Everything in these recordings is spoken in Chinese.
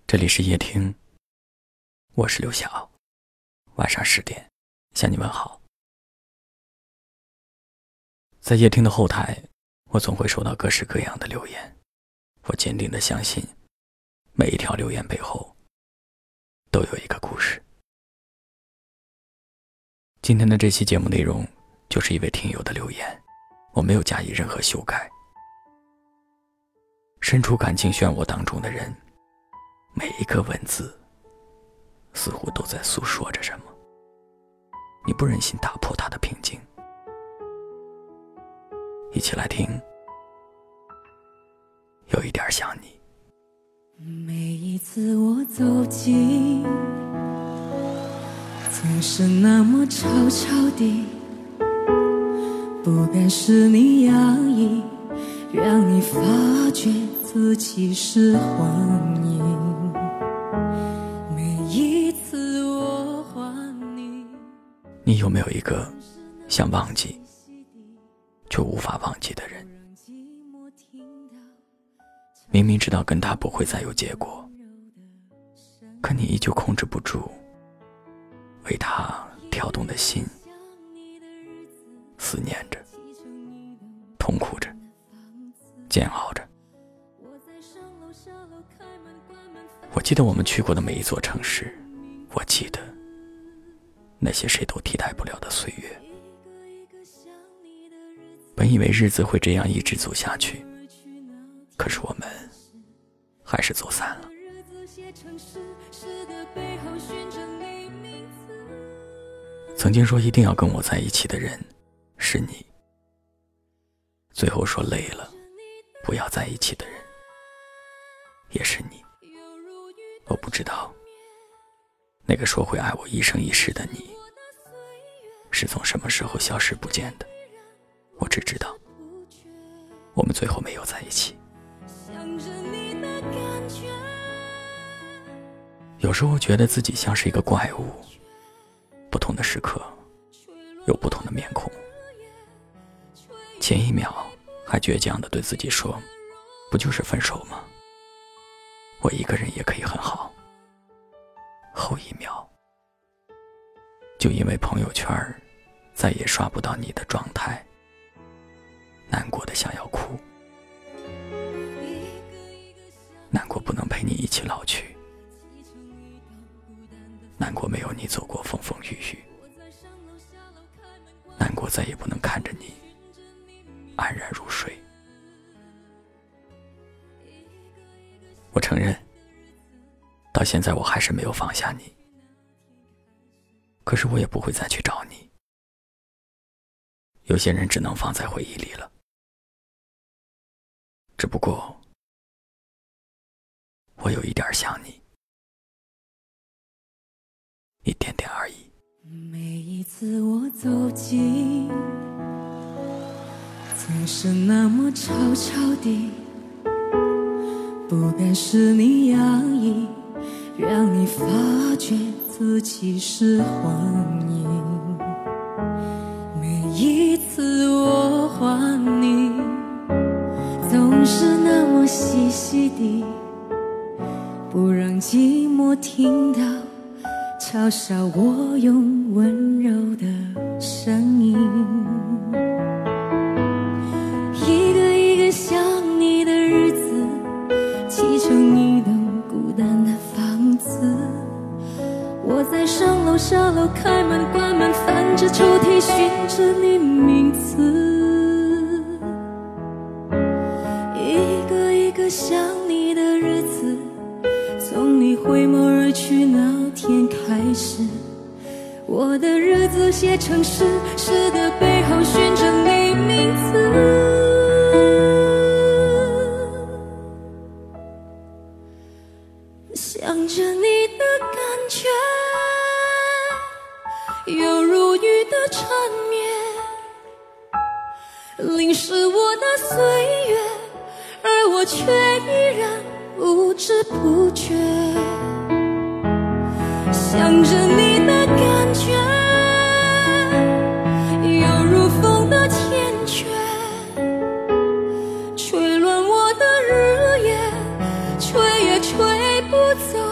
这里是夜听，我是刘晓，晚上10点向你问好。在夜听的后台，我总会收到各式各样的留言，我坚定地相信，每一条留言背后都有一个故事。今天的这期节目内容就是一位听友的留言，我没有加以任何修改。身处感情漩涡当中的人，每一个文字似乎都在诉说着什么，你不忍心打破它的平静。一起来听，有一点想你。 每一次我走近，总是那么悄悄地，不敢使你压抑，让你发觉自己是幻影。每一次我还你， 你有没有一个想忘记却无法忘记的人？明明知道跟他不会再有结果，可你依旧控制不住为他跳动的心，思念着，痛苦着，煎熬着。我记得我们去过的每一座城市，我记得那些谁都替代不了的岁月。本以为日子会这样一直走下去，可是我们还是走散了。曾经说一定要跟我在一起的人是你，最后说累了不要在一起的人也是你。我不知道那个说会爱我一生一世的你是从什么时候消失不见的，我只知道我们最后没有在一起。有时候觉得自己像是一个怪物，不同的时刻有不同的面孔。前一秒还倔强地对自己说，不就是分手吗？我一个人也可以很好。后一秒就因为朋友圈再也刷不到你的状态，难过的想要哭，难过不能陪你一起老去，难过没有你走过风风雨雨，难过再也不能看着你安然入睡。我承认，到现在我还是没有放下你，可是我也不会再去找你。有些人只能放在回忆里了，只不过我有一点想你，一点点而已。 每一次我走近，总是那么悄悄地，不敢使你压抑，让你发觉自己是幻影。每一次我还你，总是那么细细地，不让寂寞听到嘲笑我用温柔的声音。一个一个想你的日子，砌成一栋孤单的房子。我在上楼下楼，开门关门，翻着抽屉，寻着你名字。一个一个想你的日子，从你回眸而去那天开始，我的日子写成诗，诗的背后寻着你名字。想着你的感觉，犹如雨的缠绵，淋湿我的岁月，而我却依然不知不觉。想着你的感觉，犹如风的缱绻，吹乱我的日夜，吹也吹不走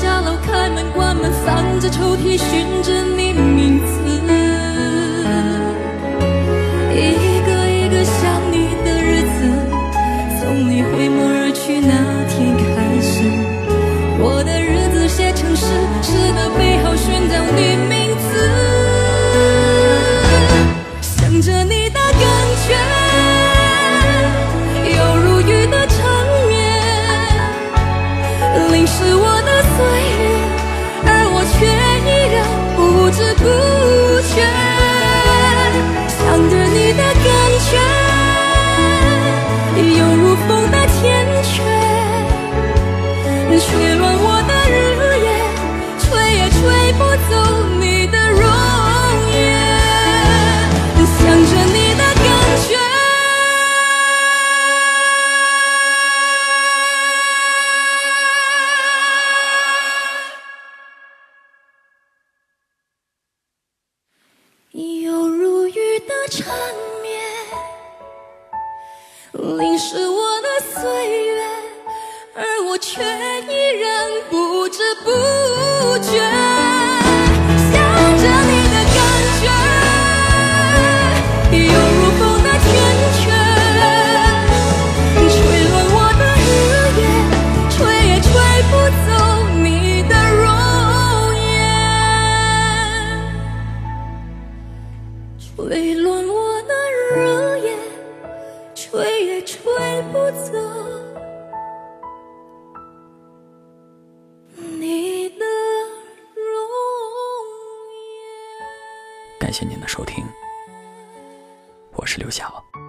下楼，开门关门，翻着抽屉寻着你名字，一个一个想你的日子，从你挥眸而去那天开始，我的日子写成诗，诗的背后寻找你名字，想着你的感觉犹如雨的缠绵，淋湿我的岁月，而我却依然不知不觉，想着你的感觉犹如风的天阙，吹乱我的日夜，吹也吹不走你的容颜，想着你的感觉犹如雨的缠绵，淋湿我的岁月，而我却依然不知不觉，想着你的感觉犹如风的天阙，吹乱我的日夜，吹也吹不走你的容颜，吹乱我的日夜，吹也吹不走你的容颜。 感谢您的收听，我是刘晓。